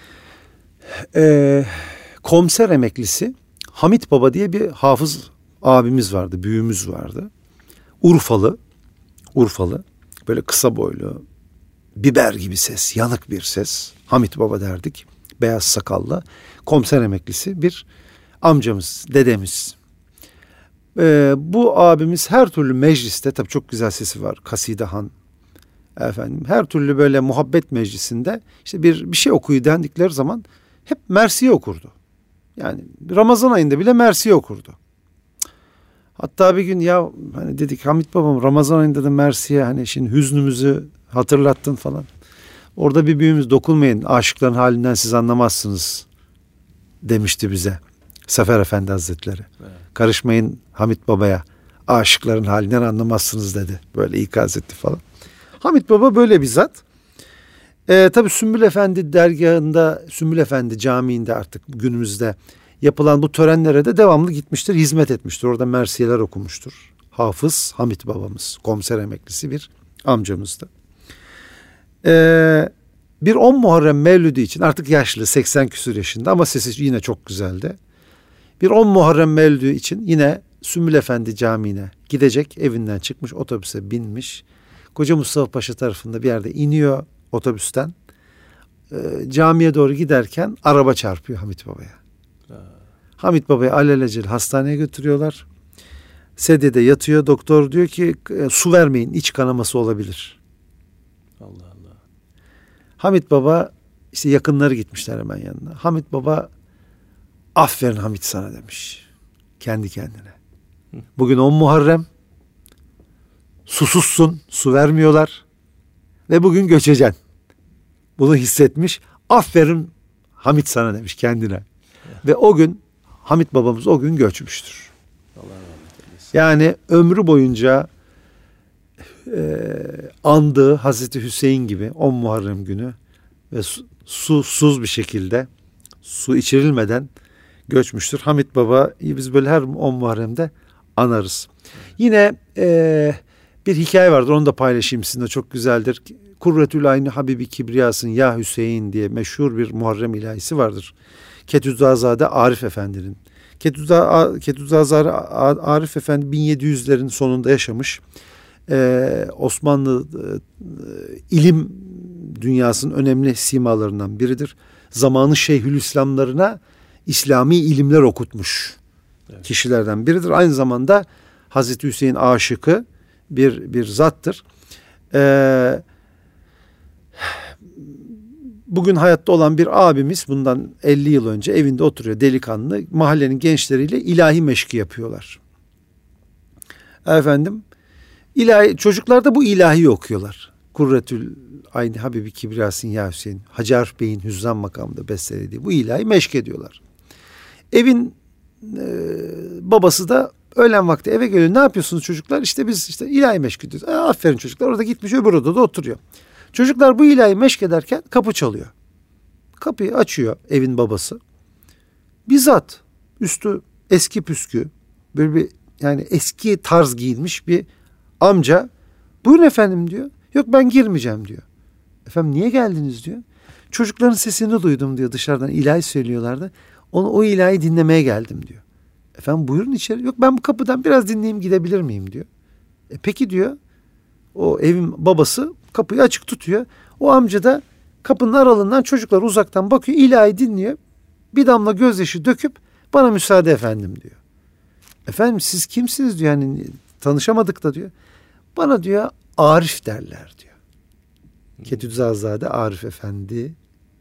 E, Komiser emeklisi Hamit Baba diye bir hafız abimiz vardı, büyüğümüz vardı. Urfalı, Urfalı, böyle kısa boylu, biber gibi ses, yanık bir ses. Hamit Baba derdik, beyaz sakallı, komiser emeklisi bir amcamız, dedemiz. Ee, bu abimiz her türlü mecliste, tabii çok güzel sesi var, kasidehan, efendim, her türlü böyle muhabbet meclisinde işte bir bir şey okuyu dendikleri zaman hep Mersiye okurdu. Yani Ramazan ayında bile Mersiye okurdu. Hatta bir gün ya hani dedik Hamit babam Ramazan ayında da Mersiye, hani şimdi hüznümüzü hatırlattın falan. Orada bir büyüğümüz dokunmayın, aşıkların halinden siz anlamazsınız demişti bize Sefer Efendi Hazretleri. Evet. Karışmayın Hamit babaya, aşıkların halinden anlamazsınız dedi. Böyle ikaz etti falan. Hamit baba böyle bir zat. Ee, tabii Sümbül Efendi dergahında, Sümbül Efendi camiinde artık günümüzde yapılan bu törenlere de devamlı gitmiştir, hizmet etmiştir. Orada mersiyeler okumuştur. Hafız Hamit babamız, komiser emeklisi bir amcamızdı. Ee, bir on Muharrem Mevlüdü için artık yaşlı, seksen küsur yaşında ama sesi yine çok güzeldi. Bir on Muharrem Mevlüdü için yine Sümbül Efendi Camii'ne gidecek, evinden çıkmış, otobüse binmiş. Koca Mustafa Paşa tarafında bir yerde iniyor otobüsten. E, camiye doğru giderken araba çarpıyor Hamit Baba'ya. Ha. Hamit Baba'yı alelacele hastaneye götürüyorlar. Sedyede yatıyor. Doktor diyor ki e, su vermeyin, iç kanaması olabilir. Allah Allah. Hamit Baba, işte yakınları gitmişler hemen yanına. Hamit Baba, aferin Hamit sana demiş. Kendi kendine. Bugün on Muharrem. Susuzsun, su vermiyorlar. Ve bugün göçeceksin. Bunu hissetmiş. Aferin Hamit sana demiş kendine. Ya. Ve o gün Hamit babamız o gün göçmüştür. Allah rahmet eylesin. Yani ömrü boyunca e, andığı Hazreti Hüseyin gibi on Muharrem günü ve su, susuz bir şekilde, su içirilmeden göçmüştür. Hamit Baba'yı biz böyle her on Muharrem'de anarız. Yine e, bir hikaye vardır, onu da paylaşayım sizinle, çok güzeldir. Kurretül Ayni Habibi Kibriyasın Ya Hüseyin diye meşhur bir Muharrem ilahisi vardır. Ketüzazade Arif Efendi'nin. Ketüzazade Arif Efendi bin yedi yüzlerin sonunda yaşamış. Ee, Osmanlı e, ilim dünyasının önemli simalarından biridir. Zamanın Şeyhülislamlarına İslami ilimler okutmuş evet. kişilerden biridir. Aynı zamanda Hazreti Hüseyin aşıkı bir bir zattır. Ee, bugün hayatta olan bir abimiz bundan elli yıl önce evinde oturuyor, delikanlı. Mahallenin gençleriyle ilahi meşki yapıyorlar. Efendim, ilahi, çocuklar da bu ilahi okuyorlar. Kurretül Ayni Habibi Kibriyasın Ya Hüseyin, Hacı Arif Bey'in hüzzam makamında bestelediği bu ilahi meşk ediyorlar. Evin e, babası da öğlen vakti eve geliyor. Ne yapıyorsunuz çocuklar? İşte biz işte ilahi meşk ediyoruz. E, aferin çocuklar. Orada gitmiş öbür odada oturuyor. Çocuklar bu ilahi meşk ederken kapı çalıyor. Kapıyı açıyor evin babası. Bizzat üstü eski püskü, böyle bir yani eski tarz giyinmiş bir amca. Buyurun efendim diyor. Yok ben girmeyeceğim diyor. Efendim niye geldiniz diyor. Çocukların sesini duydum diyor, dışarıdan ilahi söylüyorlardı. Onu, o ilahi dinlemeye geldim diyor. Efendim buyurun içeri. Yok ben bu kapıdan biraz dinleyeyim, gidebilir miyim diyor. E peki diyor. O evin babası kapıyı açık tutuyor. O amca da kapının aralığından çocuklar uzaktan bakıyor, ilahi dinliyor. Bir damla gözyaşı döküp bana müsaade efendim diyor. Efendim siz kimsiniz diyor, yani tanışamadık da diyor. Bana diyor Arif derler diyor. Ketüzazade Arif Efendi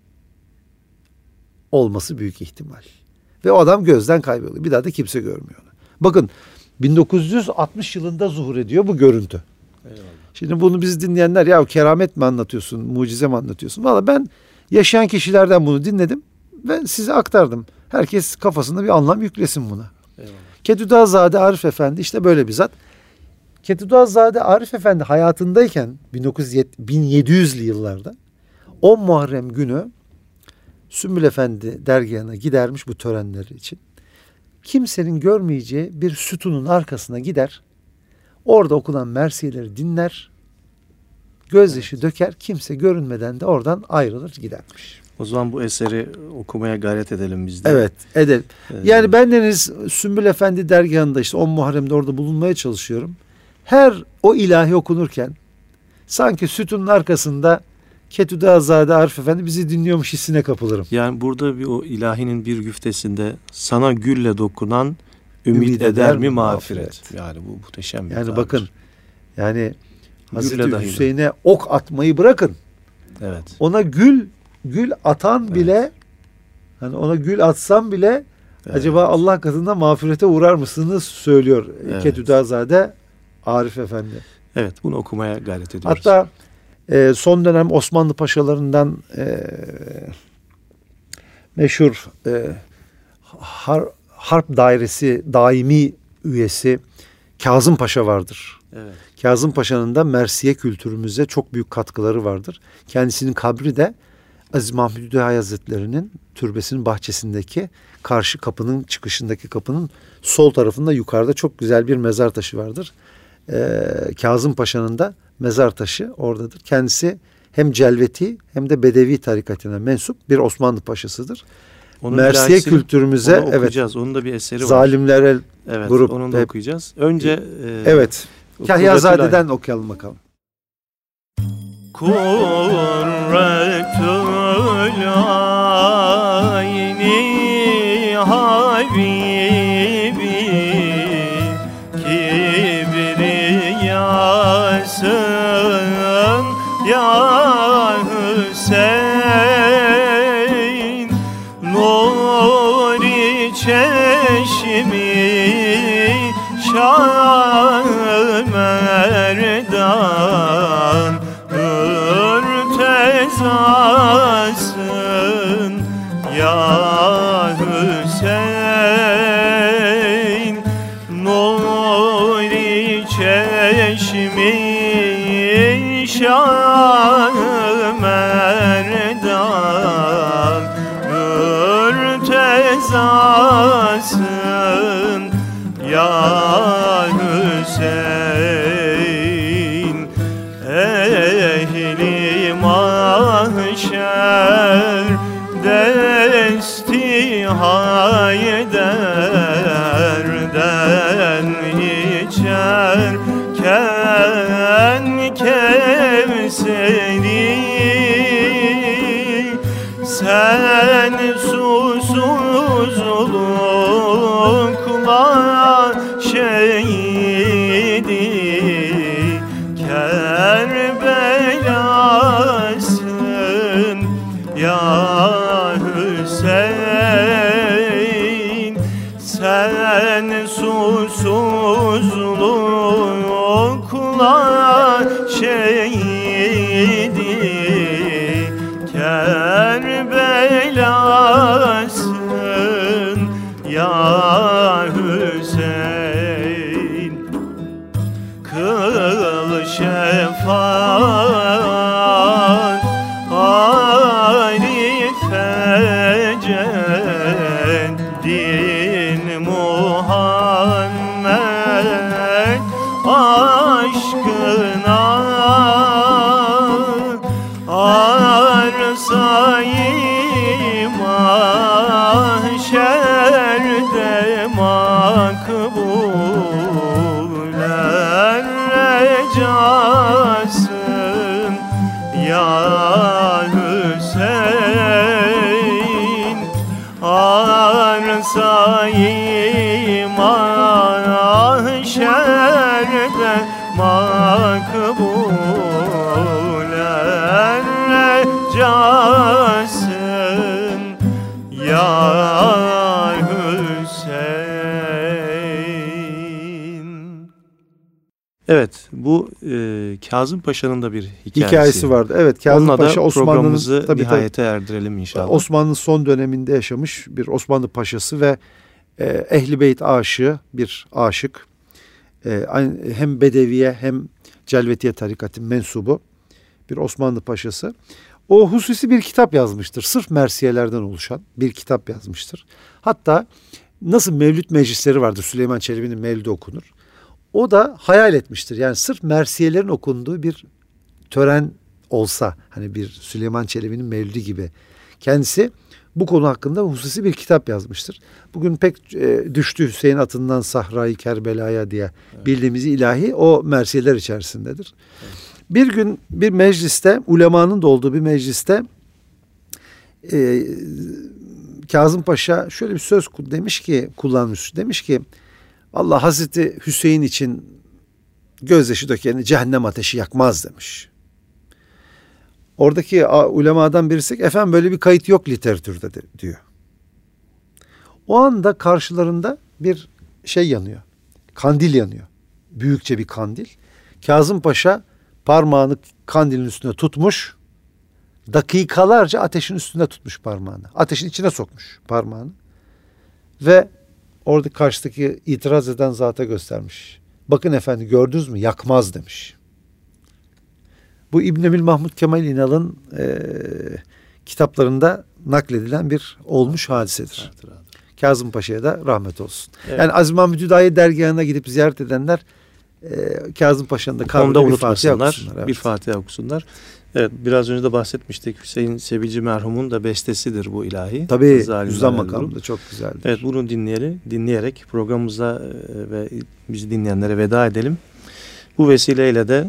olması büyük ihtimal. Ve o adam gözden kayboluyor. Bir daha da kimse görmüyor onu. Bakın bin dokuz yüz altmış yılında zuhur ediyor bu görüntü. Eyvallah. Şimdi bunu biz dinleyenler ya keramet mi anlatıyorsun, mucize mi anlatıyorsun? Valla ben yaşayan kişilerden bunu dinledim ve size aktardım. Herkes kafasında bir anlam yüklesin buna. Eyvallah. Ketüdazade Arif Efendi işte böyle bir zat. Ketüdazade Arif Efendi hayatındayken bin yedi yüzlü yıllarda on Muharrem günü Sümbül Efendi dergahına gidermiş bu törenleri için. Kimsenin görmeyeceği bir sütunun arkasına gider. Orada okunan mersiyeleri dinler. Gözyaşı evet. döker. Kimse görünmeden de oradan ayrılır gidermiş. O zaman bu eseri okumaya gayret edelim biz de. Evet edelim. Ee, yani bendeniz Sümbül Efendi dergahında işte on Muharrem'de orada bulunmaya çalışıyorum. Her o ilahi okunurken sanki sütunun arkasında Ketüdazade Arif Efendi bizi dinliyormuş hissine kapılırım. Yani burada bir o ilahinin bir güftesinde sana gülle dokunan ümit, ümit eder, eder mi mağfiret? mağfiret? Yani bu muhteşem bir Yani tabir. bakın yani Hazreti Gülle Hüseyin'e ok atmayı bırakın. Evet. Ona gül gül atan evet. bile hani ona gül atsam bile evet. acaba Allah katında mağfirete uğrar mısınız söylüyor evet. Ketüdazade Arif Efendi. Evet, bunu okumaya gayret ediyoruz. Hatta e, son dönem Osmanlı paşalarından e, meşhur e, har, harp dairesi daimi üyesi Kazım Paşa vardır. Evet. Kazım Paşa'nın da Mersiye kültürümüze çok büyük katkıları vardır. Kendisinin kabri de Aziz Mahmud Hüdayi Hazretleri'nin türbesinin bahçesindeki karşı kapının çıkışındaki kapının sol tarafında yukarıda çok güzel bir mezar taşı vardır. Ee, Kazım Paşa'nın da mezar taşı oradadır. Kendisi hem Celveti hem de Bedevi tarikatına mensup bir Osmanlı paşasıdır. Onun Mersiye kültürümüze onu okuyacağız. Evet, onun da bir eseri var. Zalimlere evet, grup. Onu da hep, okuyacağız. Önce e, evet. Kahyazade'den okuyalım bakalım. Kurretül ayni habibi kibriyasın ya Hüseyin nuri çeşmi Şah-ı Merdan ürtezasın ya Hüseyin nuri çeşmi Şah-ı Merdan ürtezasın ya Hüseyin ehli mahşer desti hayderden içerken Kevseri sen susuzlukla şehidi Kerbelasın ya Hüseyin sen susuzlukla şehidi Kerbela arsayı mahşerde makbuler recasın ya Hüseyin, arsayı mahşerde makbuler recasın ya Hüseyin. Evet, bu e, Kazım Paşa'nın da bir hikayesi, hikayesi vardı. Evet, Kazım Onunla Paşa da Osmanlı'nın programımızı tabii, nihayete tabii, erdirelim inşallah. Osmanlı'nın son döneminde yaşamış bir Osmanlı paşası ve e, Ehl-i Beyt aşığı bir aşık. E, hem Bedeviye hem Celvetiye tarikatı mensubu bir Osmanlı paşası. O hususi bir kitap yazmıştır. Sırf mersiyelerden oluşan bir kitap yazmıştır. Hatta nasıl mevlüt meclisleri vardır, Süleyman Çelebi'nin mevlüdü okunur. O da hayal etmiştir. Yani sırf mersiyelerin okunduğu bir tören olsa, hani bir Süleyman Çelebi'nin mevlüdü gibi. Kendisi bu konu hakkında hususi bir kitap yazmıştır. Bugün pek e, düştü Hüseyin atından Sahra-i Kerbela'ya diye evet. bildiğimiz ilahi o mersiyeler içerisindedir. Evet. Bir gün bir mecliste, ulemanın da olduğu bir mecliste e, Kazım Paşa şöyle bir söz demiş ki, kullanmış. Demiş ki, Allah Hazreti Hüseyin için gözyaşı dökeni cehennem ateşi yakmaz demiş. Oradaki ulemadan birisi, efendim böyle bir kayıt yok literatürde de, diyor. O anda karşılarında bir şey yanıyor. Kandil yanıyor. Büyükçe bir kandil. Kazım Paşa parmağını kandilin üstüne tutmuş. Dakikalarca ateşin üstünde tutmuş parmağını. Ateşin içine sokmuş parmağını. Ve orada karşıdaki itiraz eden zata göstermiş. Bakın efendi, gördünüz mü? Yakmaz demiş. Bu İbn Emil Mahmud Kemal İnal'ın e, kitaplarında nakledilen bir olmuş hadisedir. Evet, evet. Kazım Paşa'ya da rahmet olsun. Evet. Yani Aziz Mahmud Hüdayi dergahına gidip ziyaret edenler e, Kazım Paşa'nın da kabrında bir Fatiha okusunlar. Evet. Bir Fatiha okusunlar. Evet, biraz önce de bahsetmiştik. Hüseyin Sebilci merhumun da bestesidir bu ilahi. Tabii, Hüzzam makamı da çok güzeldir. Evet, bunu dinleyelim, dinleyerek programımıza ve bizi dinleyenlere veda edelim. Bu vesileyle de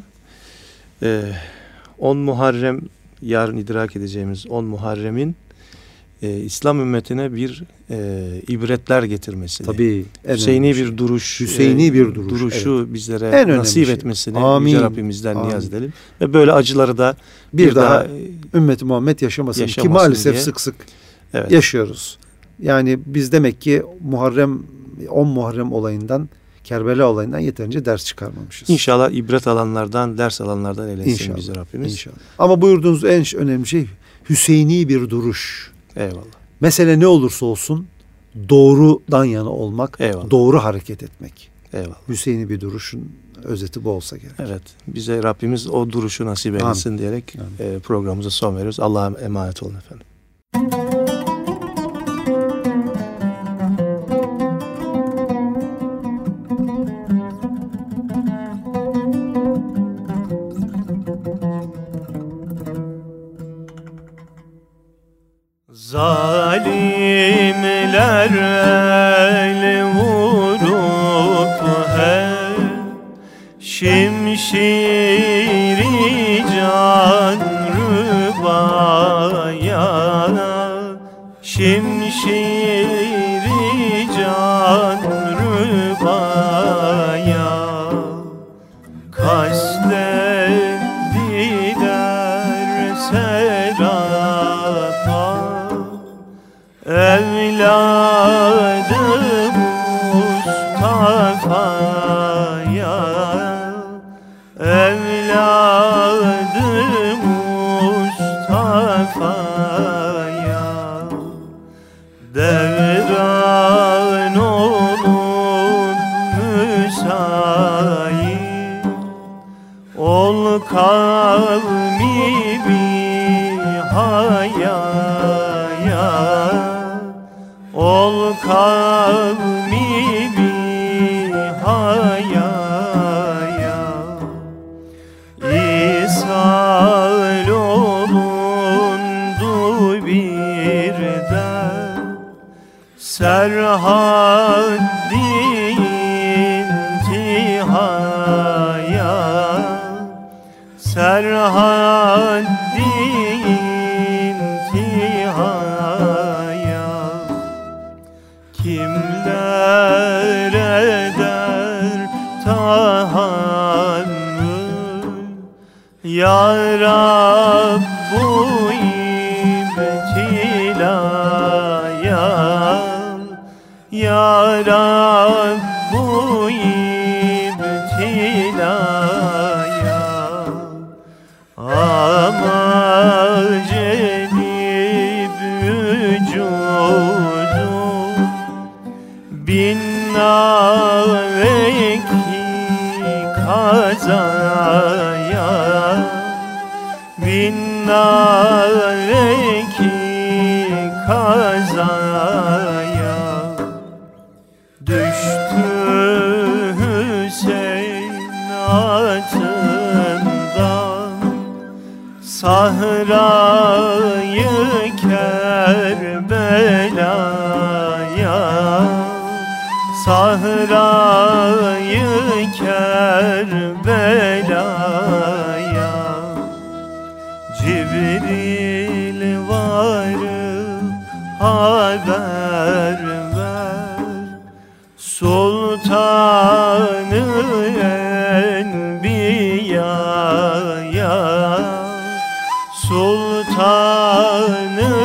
on Muharrem, yarın idrak edeceğimiz on Muharrem'in e, İslam ümmetine bir e, ibretler getirmesini, tabii, Hüseyini bir duruş, Hüseyini bir duruş, duruşu evet. bizlere en nasip şey. etmesini Amin. Yüce Rabbimizden Amin. niyaz edelim ve böyle acıları da bir, bir daha, daha ümmeti Muhammed yaşamasın, yaşamasın ki maalesef diye. sık sık evet. yaşıyoruz. Yani biz demek ki Muharrem, on Muharrem olayından, Kerbela olayından yeterince ders çıkarmamışız. İnşallah ibret alanlardan, ders alanlardan eylesin bizi Rabbimiz. İnşallah. Ama buyurduğunuz en önemli şey Hüseyini bir duruş. Eyvallah. Mesele ne olursa olsun doğrudan yana olmak, eyvallah. Doğru hareket etmek. Eyvallah. Hüseyini bir duruşun özeti bu olsa gerek. Evet. Bize Rabbimiz o duruşu nasip eylesin Amin. diyerek Amin. programımıza son veriyoruz. Allah'a emanet olun efendim. Zalimler el vurup her şimşiri can rübaya, şimşiri can rübaya kastettiler serapa. Evladı Mustafa'ya, evladı Mustafa'ya devran olun müsait, ol kavmi bir hayaya, ol kavmi bir hayaya, ishal olun çareki kazaya düştü Hüseyin atından, sahrayı Kerbela'ya, sahrayı Kerbela'ya. Cibril varıp haber ver, Sultan-ı Enbiya'ya, Sultan-ı